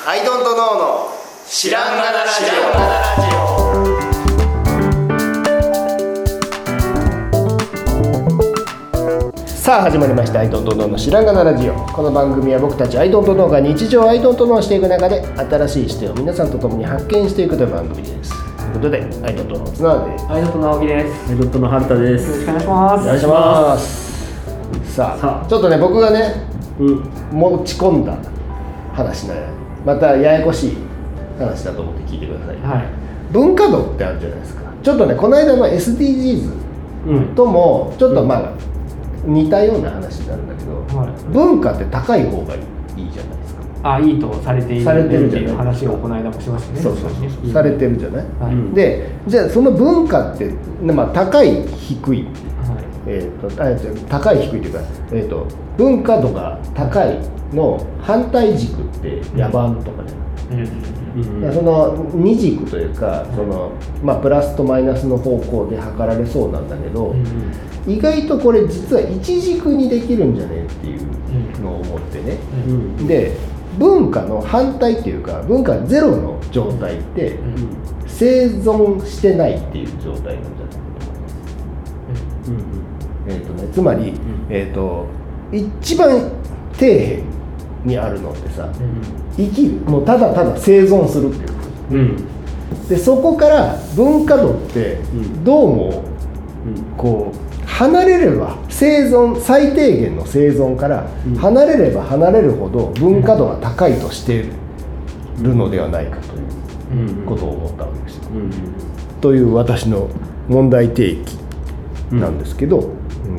アイドントノーの知らんがなラジオ。さあ始まりましたアイドントノーの知らんがなラジオ。この番組は僕たちアイドントノーが日常アイドントノーしていく中で新しい視点を皆さんと共に発見していくという番組です。ということでアイドントノーの綱です。 アイドントノー青木です。 アイドントノー春田です。 よろしくお願いします。 お願いします。さあちょっとね僕がね、持ち込んだ話ね、またややこしい話だと思って聞いてください。 はい。 文化度ってあるじゃないですか。ちょっとねこの間の SDGs ともちょっとまあ似たような話になるんだけど、文化って高い方がいいじゃないですか。 あ、いいとされているっていう話をこの間もしましたね。 そうされてるじゃない、でじゃあその文化って、まあ、高い低い、高い低いというか、文化度が高いの反対軸って野蛮とかじゃない、その二軸というかその、まあ、プラスとマイナスの方向で測られそうなんだけど、意外とこれ実は一軸にできるんじゃねっていうのを思ってね、で文化の反対っていうか文化ゼロの状態って生存してないっていう状態なんじゃないかと思う。つまり、一番底辺にあるのってさ、生きるもうただただ生存するっていうこと、でそこから文化度ってどうもこう離れれば生存最低限の生存から離れれば離れるほど文化度が高いとしているのではないかということを思ったわけですよ、という私の問題提起なんですけど、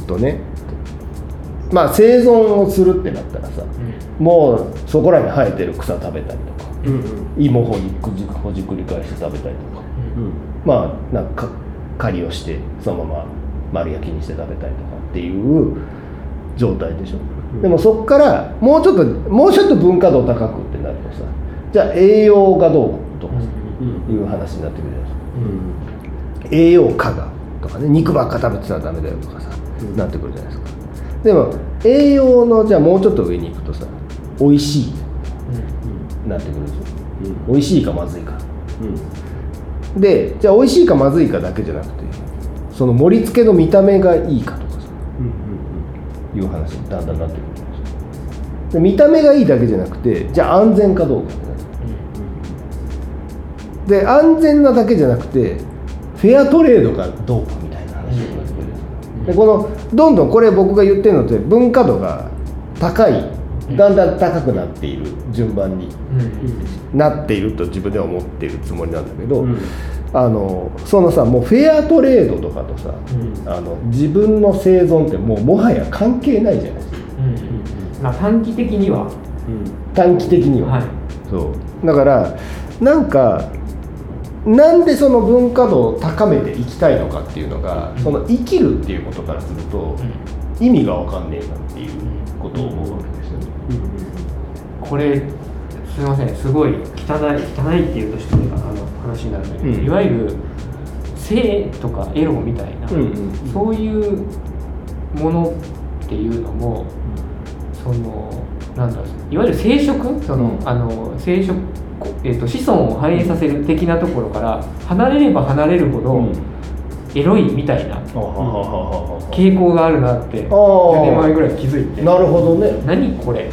まあ生存をするってなったらさ、もうそこらに生えてる草食べたりとか、芋ほじくり返して食べたりとか、まあなんか狩りをしてそのまま丸焼きにして食べたりとかっていう状態でしょ、でもそこからもうちょっと文化度高くってなるとさ、じゃあ栄養がどうとかいう話になってくるじゃないですか、栄養価がとかね、肉ばっか食べてたらダメだよとかさ、なってくるじゃないですか。でも栄養のじゃあもうちょっと上に行くとさ、美味しい、なってくるんですよ、美味しいかまずいか、でじゃあ美味しいかまずいかだけじゃなくてその盛り付けの見た目がいいかとかさ、いう話にだんだんなってくるんですよ。で見た目がいいだけじゃなくてじゃあ安全かどうかってなって、で安全なだけじゃなくてフェアトレードがどうかみたいな話になってくる、でこのどんどんこれ僕が言ってるのって文化度が高いだんだん高くなっている順番になっていると自分では思っているつもりなんだけど、そのさもうフェアトレードとかとさ、自分の生存ってもはや関係ないじゃないですか、 まあ、短期的には、 そうだからなんでその文化度を高めていきたいのかっていうのが、その生きるっていうことからすると、意味が分かんねえなっていうことを思うわけですよね、 これすいません、すごい汚いっていうとしても話になるんだけど、いわゆる性とかエロみたいな、そういうものっていうのも、そのなんだろう、いわゆる生殖、その、生殖、子孫を繁栄させる的なところから離れれば離れるほど、エロいみたいな傾向があるなって10年前ぐらい気づいて、 なるほどね、 何これ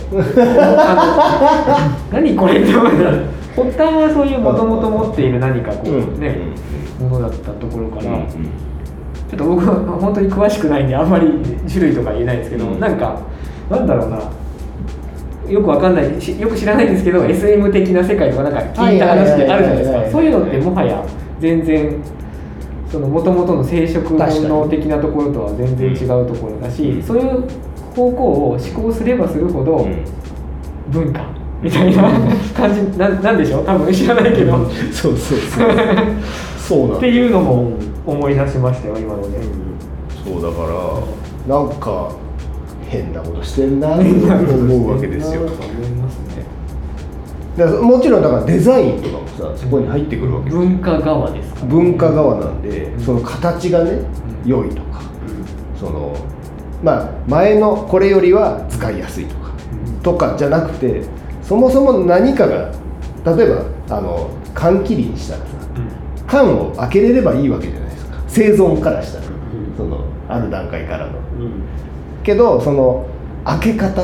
何これって思ったら、発端はそういうもともと持っている何かこうね、ものだったところから、ちょっと僕は本当に詳しくないんであんまり種類とか言えないんですけど、なんだろうな、よくわかんない、よく知らないんですけど SM 的な世界とかなんか聞いた話であるじゃないですか。そういうのってもはや全然その元々の生殖本能的なところとは全然違うところだし、そういう方向を思考すればするほど文化みたいな感じなんでしょう、多分知らないけどそうなんっていうのも思い出しましたよ今ので、 そうだからなんか変なことしてるなと思うわけですよだからもちろんだからデザインとかもさそこに入ってくるわけですよ。 文化側ですか、 文化側なんで、その形がね良いとか、そのまあ前のこれよりは使いやすいとかじゃなくて、そもそも何かが例えば缶切りにしたらさ、缶を開けれればいいわけじゃないですか、生存からしたら、そのある段階からの、けどその開け方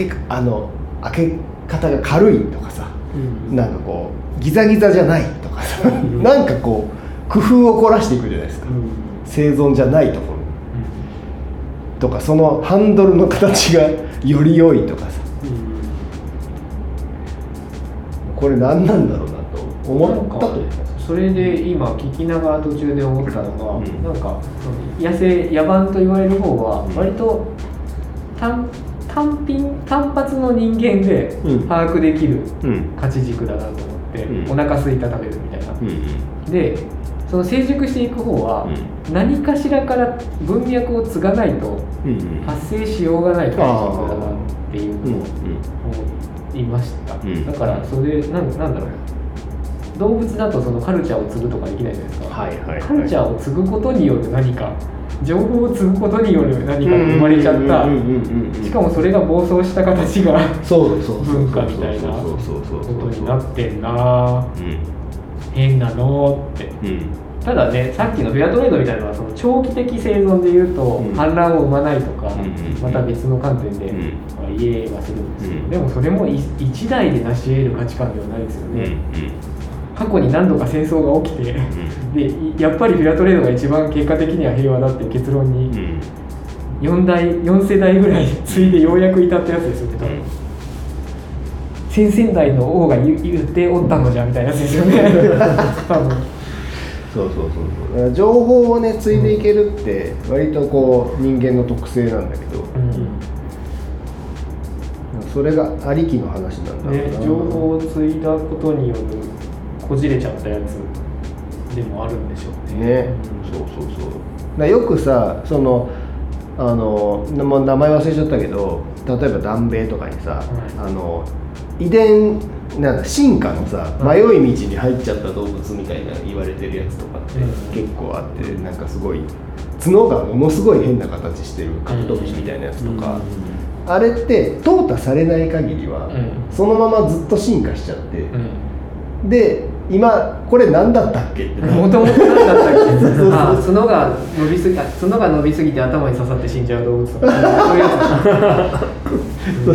が軽いとかさ、なんかこうギザギザじゃないとかさ、なんかこう工夫を凝らしていくじゃないですか、生存じゃないところとか、そのハンドルの形がより良いとかさ、これ何なんだろうなと思ったというか、 それで今聞きながら途中で思ったのが、なんか野蛮と言われる方は割と単発の人間で把握できる価値軸だなと思って、お腹空いた食べるみたいな、でその成熟していく方は何かしらから文脈を継がないと発生しようがない価値軸だなっていうのを思いました。だからそれなんだろう、動物だとそのカルチャーを継ぐとかできないじゃないですか、カルチャーを継ぐことによる何か、情報を継ぐことによる何かが生まれちゃった、しかもそれが暴走した形が文化みたいなことになってんな、変なのって、ただね、さっきのフェアトレードみたいなのはその長期的生存でいうと反乱を生まないとか、また別の観点で言えはするんですけど、でもそれも一代で成し得る価値観ではないですよね。過去に何度か戦争が起きて、でやっぱりフェアトレードが一番結果的には平和だっていう結論に4世代ぐらい継いでようやく至ったやつですよね、多分。先々代の王が言っておったのじゃみたいなやつですよね多分。 そう情報をね継いでいけるって割とこう人間の特性なんだけど、それがありきの話なんだろうな、 情報を継いだことによるこじれちゃったやつでもあるんでしょうね。 だよくさ、そのもう名前忘れちゃったけど、例えば南米とかにさ、遺伝なんだ進化のさ、迷い道に入っちゃった動物みたいな言われてるやつとかって結構あって、なんかすごい角がものすごい変な形してるカブトムシみたいなやつとか、あれって淘汰されない限りはそのままずっと進化しちゃって、で今これ何だったっけってもともと何だったっけ角が伸びすぎて頭に刺さって死んじゃう動物とかそういうやつ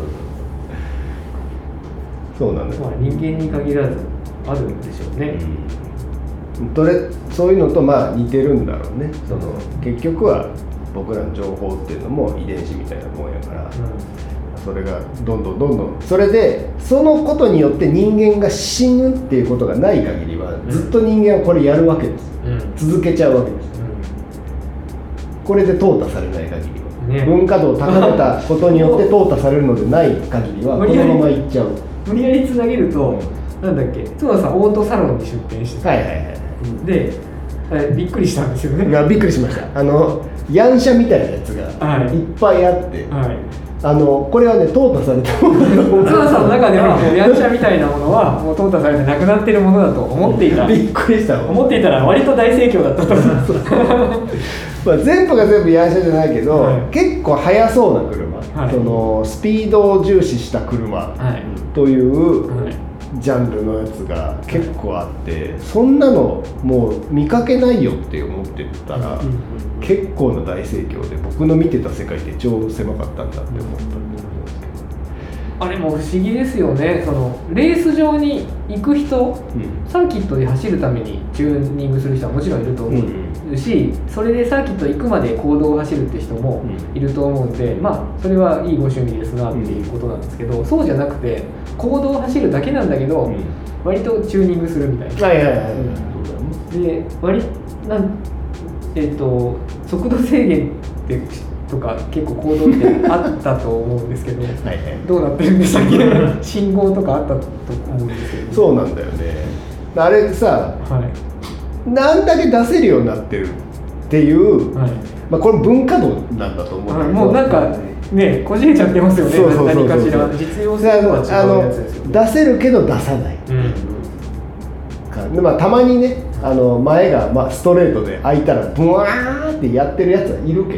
そうなんだよ、 人間に限らずあるんでしょうね、 そういうのとまあ似てるんだろうね。その結局は僕らの情報っていうのも遺伝子みたいなもんやから、それがどんどんそれでそのことによって人間が死ぬっていうことがない限りはずっと人間はこれやるわけです、続けちゃうわけです、これで淘汰されない限りは、文化度を高めたことによって淘汰されるのでない限りはこのままいっちゃう。 無理やりつなげると、なんだっけ、角田さんオートサロンに出店して、でびっくりしたんですよね。 びっくりしました。ヤンシャみたいなやつがいっぱいあって、これはね淘汰されたものだと思う。 角田さんの中ではヤンシャみたいなものはもう淘汰されてなくなってるものだと思っていた。 びっくりした。 思っていたら割と大盛況だったと思う。 まあ全部が全部ヤンシャじゃないけど、結構速そうな車、そのスピードを重視した車というジャンルのやつが結構あって、そんなのもう見かけないよって思ってたら、結構な大盛況で、僕の見てた世界って超狭かったんだって思ったんですけど、 あれも不思議ですよね。そのレース場に行く人、サーキットで走るためにチューニングする人はもちろんいると思うし、それでサーキット行くまで公道を走るって人もいると思うんで、まあそれはいいご趣味ですなっていうことなんですけど、そうじゃなくて公道を走るだけなんだけど、割とチューニングするみたいな。で速度制限ってとか結構行動ってあったと思うんですけどどうなってるんでしたっけ信号とかあったと思うんですけど、 そうなんだよね。あれさ、なんだけ出せるようになってるっていう、まあこれ文化度なんだと思うんだけど、 もうなんかねこじれちゃってますよね。何かしら実用性とは違うやつですよね。 出せるけど出さない、でまあ、たまにね前がまあストレートで開いたらブワーってやってるやつはいる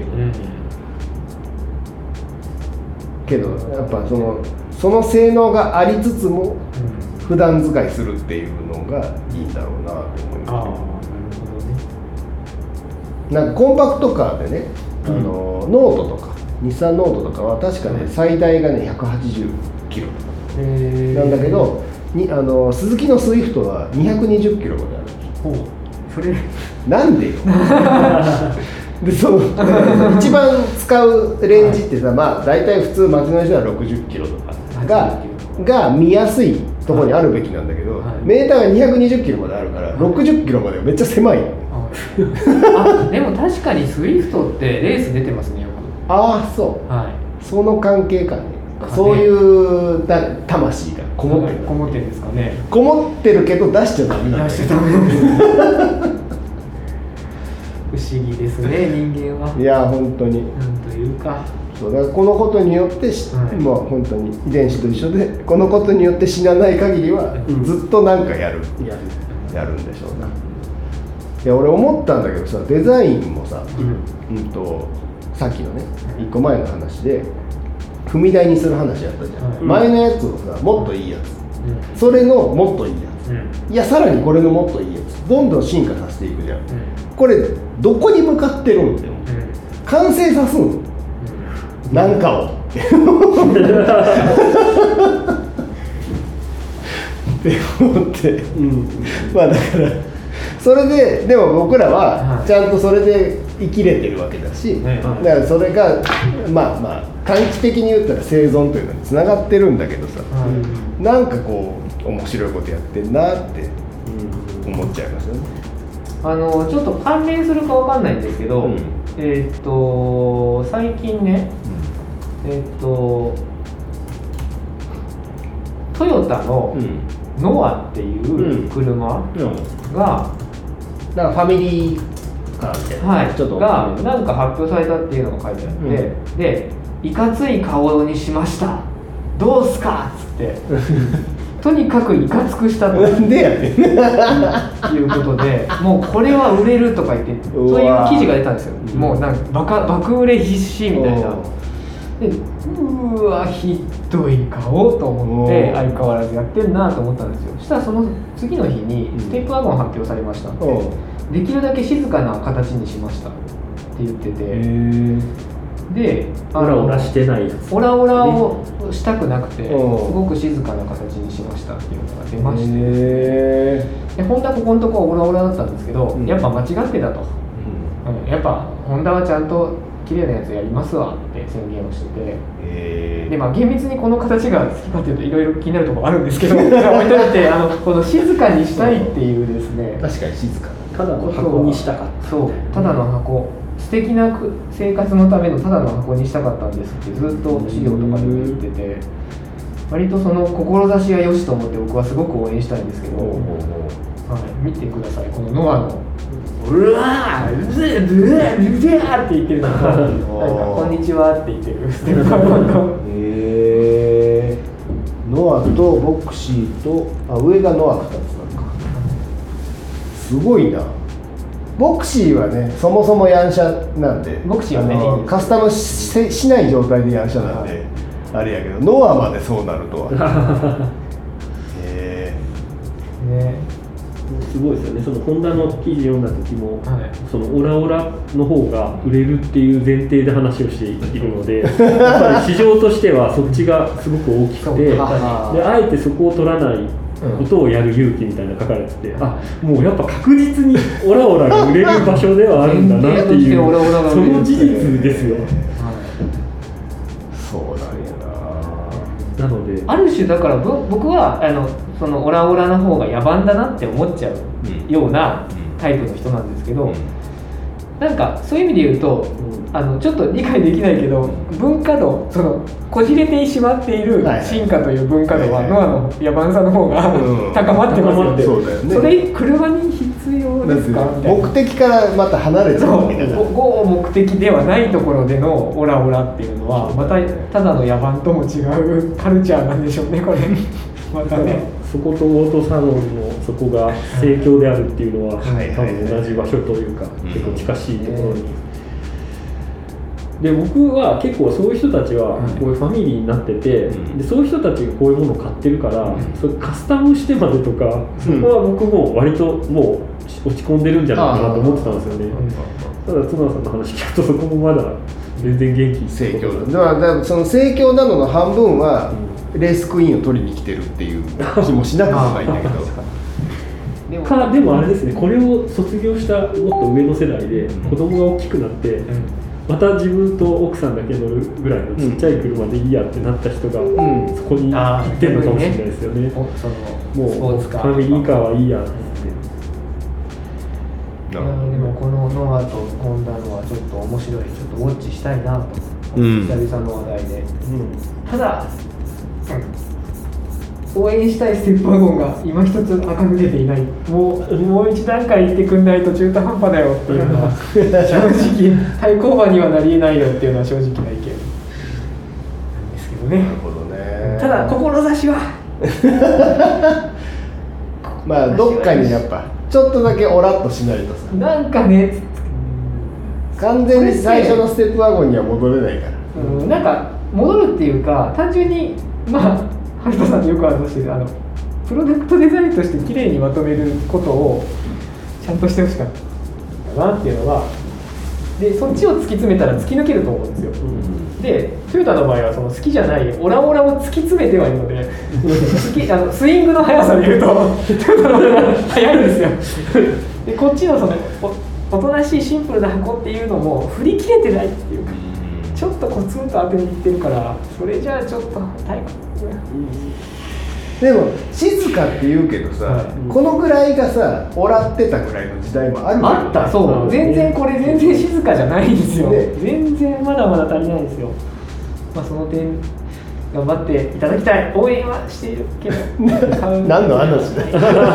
けど、やっぱその性能がありつつも普段使いするっていうのがいいんだろうなと思います。 ああ、なるほどね。 なんかコンパクトカーでね、ノートとか日産ノートとかは確かね、最大がね180キロなんだけど、鈴木のスイフトは220キロまであるんです。 ほう、それなんでよでその一番使うレンジってさ、まあ大体普通街の人は60キロとかが見やすいところにあるべきなんだけど、メーターが220キロまであるから60キロまでめっちゃ狭い。 あ、でも確かにスイフトってレース出てますね、よく。 ああ、そう、 はい、 その関係かね。そういう魂がこもってる、 こもってるんですかね。 こもってるけど出しちゃダメなんだよ。 出しちゃダメなんです不思議ですね、人間は。 いや本当になんというか、 そうだからこのことによってまあ本当に遺伝子と一緒で、このことによって死なない限りはずっとなんかやるんでしょうな。いや俺思ったんだけどさ、デザインもさ、さっきのね1個前の話で踏み台にする話やったじゃん、前のやつをさもっといいやつ、それのもっといいやつ、いやさらにこれのもっといいやつどんどん進化させていくじゃん、これどこに向かってるんって思う、完成さすん、なんかをって思って、まあだからそれででも僕らはちゃんとそれで生きれてるわけだし、だからそれがまあ短期的に言ったら生存というのにつながってるんだけどさ、なんかこう面白いことやってんなって思っちゃいますよね。 ちょっと関連するかわかんないんですけど、最近ね、トヨタのノアっていう車が、 だからファミリーカーみたいな、 ちょっとがなんか発表されたっていうのが書いてあって、でいかつい顔にしました、どうすかっつってとにかくいかつくしたとなんでやねんいうことで、もうこれは売れるとか言ってそういう記事が出たんですよ。もうなんか爆売れ必至みたいな。でうわひどい顔と思って相変わらずやってんなと思ったんですよ。そしたらその次の日にステップワゴン発表されましたんで、できるだけ静かな形にしましたって言ってて、でオラオラしてないやつ、 オラオラをしたくなくてすごく静かな形にしましたっていうのが出まして、でホンダここのとこはオラオラだったんですけど、やっぱ間違ってたと、やっぱホンダはちゃんと綺麗なやつやりますわって宣言をしてて、でまあ厳密にこの形が好きかというといろいろ気になるところあるんですけど置いといてこの静かにしたいっていうですね、 確かに静かただの箱にしたかった、 そうただの箱、素敵な生活のためのただの箱にしたかったんですってずっと資料とかでも言ってて、割とその志はよしと思って僕はすごく応援したいんですけど、見てくださいこのノアのうわーうぜーうぜーうぜーって言ってるのとなんかこんにちはって言ってるステップワゴンとノアとボクシーと上がノア2つなんかすごいな。ボクシーはねそもそもヤンシャなんで、 ボクシーはねカスタム しない状態でヤンシャなんで、あれやけどノアまでそうなるとはすごいですよね。そのホンダの記事読んだ時も、そのオラオラの方が売れるっていう前提で話をしているのでやっぱり市場としてはそっちがすごく大きくて、であえてそこを取らないことをやる勇気みたいな書かれてて、もうやっぱ確実にオラオラが売れる場所ではあるんだなっていうその事実ですよ。 そうなんやなのである種だから僕はそのオラオラの方が野蛮だなって思っちゃうようなタイプの人なんですけど、なんかそういう意味で言うとちょっと理解できないけど文化度、そのこじれてしまっている進化という文化度はノアの野蛮さの方が高まってますよね。 そうだよね。 それ車に必要ですかみたいな。 目的からまた離れちゃうみたいな。 ゴー目的ではないところでのオラオラっていうのはまたただの野蛮とも違うカルチャーなんでしょうねこれ。またね。 そことオートサロンのそこが盛況であるっていうのは多分同じ場所というか結構近しいところに。 で僕は結構そういう人たちはこういうファミリーになってて、でそういう人たちがこういうものを買ってるから、それカスタムしてまでとか、そこは僕も割ともう落ち込んでるんじゃないかなと思ってたんですよね。ただ角田さんの話聞くとそこもまだ全然元気盛況だからその盛況なのの半分は、レースクイーンを取りに来てるっていう気もしなくもないんだけどでもあれですね、これを卒業したもっと上の世代で子供が大きくなって、また自分と奥さんだけ乗るぐらいのちっちゃい車でいいやってなった人がそこに行ってるのかもしれないですよね。もうファミリーカーはいいやって。 でもこのノアとホンダのはちょっと面白い、ちょっとウォッチしたいなと、久々の話題で、ただ、応援したいステップワゴンが今一つ垢抜けていない、もう一段階行ってくんないと中途半端だよっていうのは正直対抗馬にはなりえないよっていうのは正直な意見なんですけどね。 なるほどね。 ただ志はまあどっかにやっぱちょっとだけオラッとしないとさ、 なんかね、 完全に最初のステップワゴンには戻れないから、 なんか戻るっていうか、単純にまあ春田さんとよく話してるプロダクトデザインとして綺麗にまとめることをちゃんとしてほしかったなっていうのが、でそっちを突き詰めたら突き抜けると思うんですよ。でトヨタの場合はその好きじゃないオラオラを突き詰めてはいるのでスイングの速さでいうとトヨタの方が速いんですよ。でこっちのそのおとなしいシンプルな箱っていうのも振り切れてないっていうか、ちょっとコツンと当てにいってるから、それじゃあちょっと対抗。 でも静かって言うけどさ、このぐらいがさオラってたぐらいの時代もあるけど、 あった、そう全然これ全然静かじゃないんですよ、全然まだまだ足りないんですよ。まあその点頑張っていただきたい、応援はしているけど何の話だ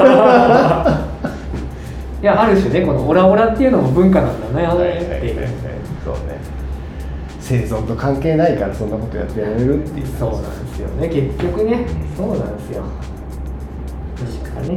いや、ある種ね、このオラオラっていうのも文化なんだねっていう。 そうね、生存と関係ないからそんなことやってやれるっていう。 そうなんですよね、結局ね、そうなんですよ。確かね。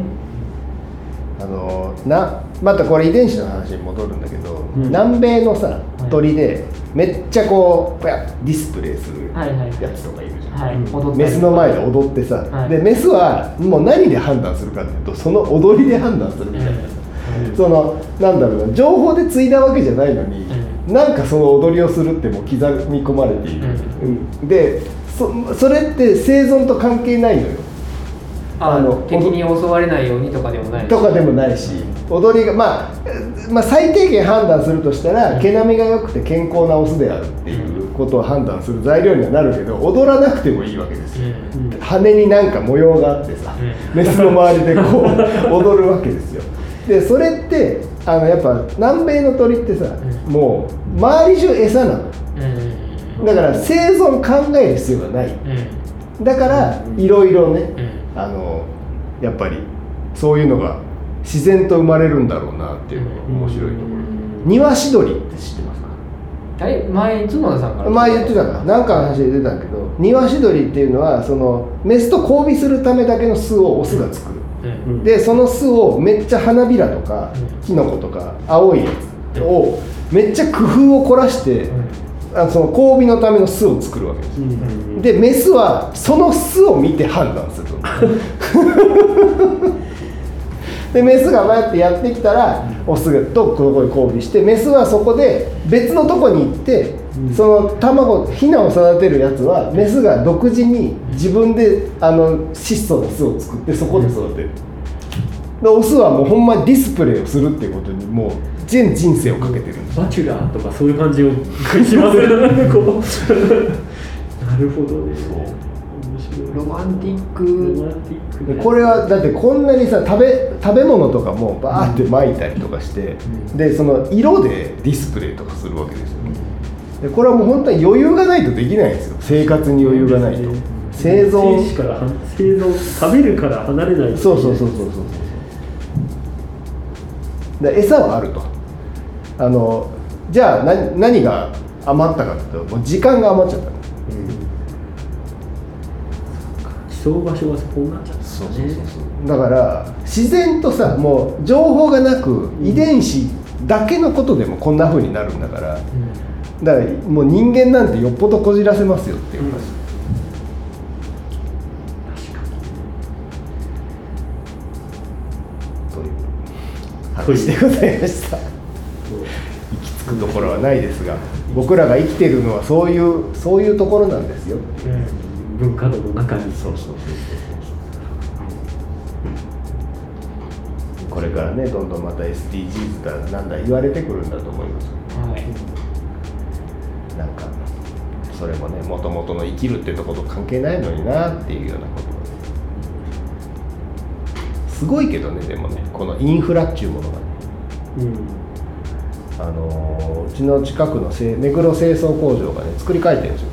またこれ遺伝子の話に戻るんだけど、南米のさ鳥でめっちゃこうディスプレイするやつとかいるじゃん、メスの前で踊ってさ、でメスはもう何で判断するかっていうとその踊りで判断するみたいなさ、そのなんだろうな、情報で継いだわけじゃないのに、なんかその踊りをするってもう刻み込まれている、でそれって生存と関係ないのよ。 敵に襲われないようにとかでもないし、 踊りが、まあ最低限判断するとしたら、毛並みが良くて健康なオスであるっていうことを判断する材料にはなるけど、踊らなくてもいいわけですよ、羽になんか模様があってさ、メスの周りでこう踊るわけですよ。でそれってやっぱ南米の鳥ってさ、もう周り中餌なの、だから生存考える必要がない、だからいろいろね、やっぱりそういうのが自然と生まれるんだろうなっていうのが面白いところ。庭しどりって知ってますか？ 前角田さんから前言ってたかなんか話で出たけど、庭しどりっていうのはそのメスと交尾するためだけの巣をオスが作る、でその巣をめっちゃ花びらとかキノコとか青いやつをめっちゃ工夫を凝らして、その交尾のための巣を作るわけです、でメスはその巣を見て判断するでメスがバーってやってきたらオスとここで交尾して、メスはそこで別のとこに行って、その卵ヒナを育てるやつはメスが独自に自分で質素な巣を作ってそこで育てる、でオスはもうほんまにディスプレイをするっていうことにもう全人生をかけてるんです。 バチュラーとかそういう感じをしますねなるほどね、 ロマンティック、 これはだってこんなにさ食べ物とかもバーって巻いたりとかして、でその色でディスプレイとかするわけですよ、でこれはもう本当に余裕がないとできないんですよ、生活に余裕がないと、生存食べるから離れない、 そうで餌はあると、じゃあ何が余ったかっていうと、もう時間が余っちゃった、 競う場所がそこになっちゃった、 だから自然とさ、もう情報がなく遺伝子だけのことでもこんな風になるんだから、 だからもう人間なんてよっぽどこじらせますよっていう話、という話でございました。行き着くところはないですが、僕らが生きてるのはそういうところなんですよ、 文化度の中に。 これからねどんどんまた SDGs だなんだ言われてくるんだと思います、なんかそれもねもともとの生きるってとこと関係ないのになっていうようなことすごいけどね。でもねこのインフラっていうものがね、うちの近くの目黒清掃工場がね作り変えてるんですよ。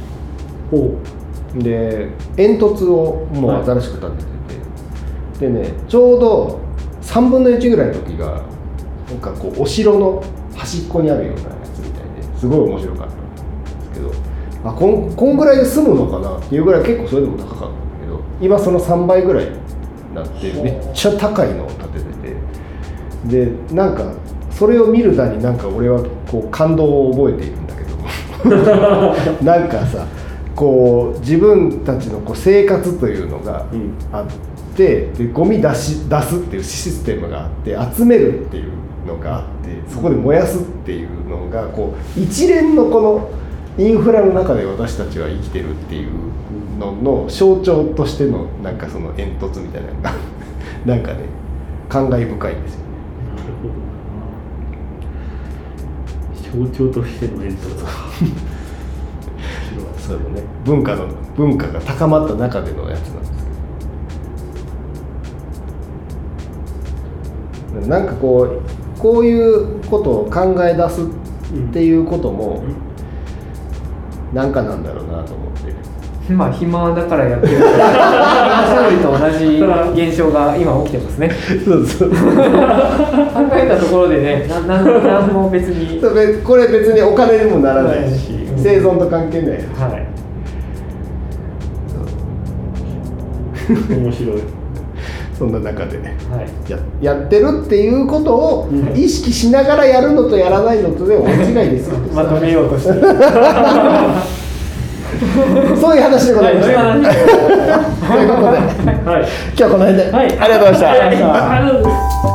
で煙突をもう新しく建ててて、でねちょうど3分の1ぐらいの時がなんかこうお城の端っこにあるようなやつみたいですごい面白かったんですけど、こんぐらいで済むのかなっていうぐらい結構それでも高かったんだけど、今その3倍ぐらいになってめっちゃ高いのを建ててて、でなんかそれを見るだになんか俺はこう感動を覚えているんだけどなんかさこう自分たちのこう生活というのがあって、でゴミ出すっていうシステムがあって、集めるっていうのがあって、そこで燃やすっていうのがこう一連のこのインフラの中で私たちは生きてるっていうのの象徴としてのなんかその煙突みたいなのがなんかね感慨深いんですよ。 象徴としての煙突かそれもね文化が高まった中でのやつなんですけど、なんかこういうことを考え出すっていうことも、なんかなんだろうなと思って。 まあ暇だからやってる勝利と同じ現象が今起きてますね。 そう考えたところでね、何も別にこれ別にお金にもならないし、生存と関係ないし、 面白い。 そんな中でね、やってるっていうことを意識しながらやるのとやらないのとで大違いですよまとめようとしてそういう話でございました。ということで、今日はこの辺で、ありがとうございました。